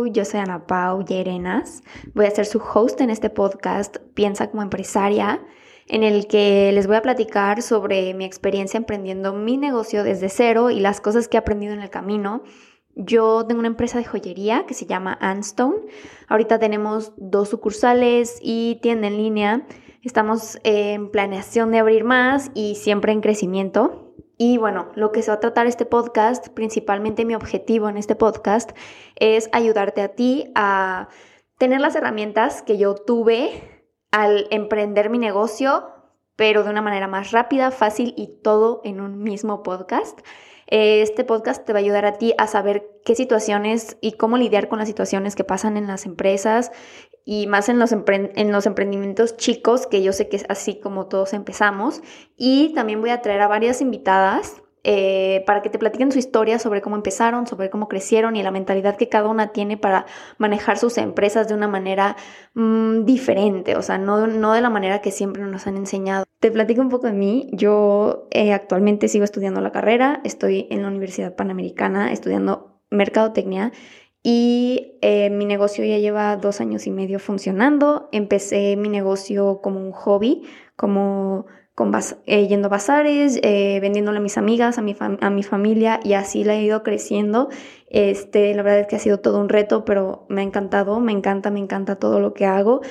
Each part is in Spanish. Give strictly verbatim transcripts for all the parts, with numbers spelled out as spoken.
Hello, yo soy Ana Pau Llerenas. Voy a ser su host en este podcast Piensa como empresaria, en el que les voy a platicar sobre mi experiencia emprendiendo mi negocio desde cero y las cosas que he aprendido en el camino. Yo tengo una empresa de joyería que se llama Anstone. Ahorita tenemos dos sucursales y tienda en línea. Estamos en planeación de abrir más y siempre en crecimiento. Y bueno, lo que se va a tratar este podcast, principalmente mi objetivo en este podcast, es ayudarte a ti a tener las herramientas que yo tuve al emprender mi negocio, pero de una manera más rápida, fácil y todo en un mismo podcast. Este podcast te va a ayudar a ti a saber qué situaciones y cómo lidiar con las situaciones que pasan en las empresas y más en los, empre- en los emprendimientos chicos, que yo sé que es así como todos empezamos. Y también voy a traer a varias invitadas eh, para que te platiquen su historia sobre cómo empezaron, sobre cómo crecieron y la mentalidad que cada una tiene para manejar sus empresas de una manera mmm, diferente, o sea, no, no de la manera que siempre nos han enseñado. Te platico un poco de mí. Yo eh, actualmente sigo estudiando la carrera, estoy en la Universidad Panamericana estudiando Mercadotecnia y eh, mi negocio ya lleva dos años y medio funcionando. Empecé mi negocio como un hobby, como con bas- eh, yendo a bazares, eh, vendiéndole a mis amigas, a mi, fam- a mi familia, y así la he ido creciendo. Este, la verdad es que ha sido todo un reto, pero me ha encantado, me encanta, me encanta todo lo que hago.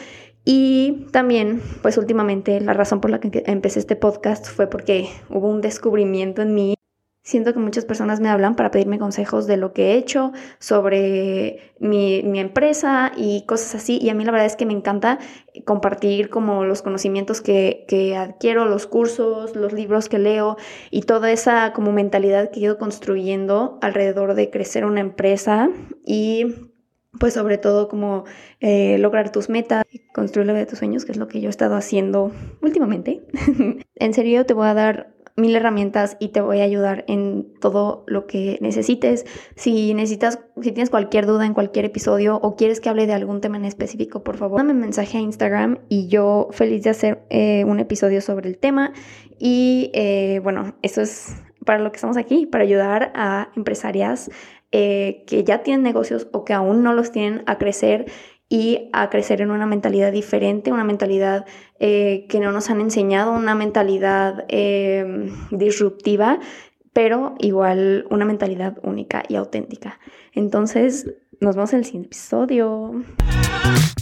Y también, pues últimamente, la razón por la que empecé este podcast fue porque hubo un descubrimiento en mí. Siento que muchas personas me hablan para pedirme consejos de lo que he hecho, sobre mi, mi empresa y cosas así. Y a mí la verdad es que me encanta compartir como los conocimientos que, que adquiero, los cursos, los libros que leo y toda esa como mentalidad que he ido construyendo alrededor de crecer una empresa y pues sobre todo como eh, lograr tus metas, construir la vida de tus sueños, que es lo que yo he estado haciendo últimamente. En serio, te voy a dar mil herramientas y te voy a ayudar en todo lo que necesites. Si necesitas, si tienes cualquier duda en cualquier episodio o quieres que hable de algún tema en específico, por favor, dame un mensaje a Instagram y yo feliz de hacer eh, un episodio sobre el tema. Y eh, bueno, eso es para lo que estamos aquí, para ayudar a empresarias eh, que ya tienen negocios o que aún no los tienen a crecer y a crecer en una mentalidad diferente, una mentalidad eh, que no nos han enseñado, una mentalidad eh, disruptiva, pero igual una mentalidad única y auténtica. Entonces, nos vemos en el siguiente episodio.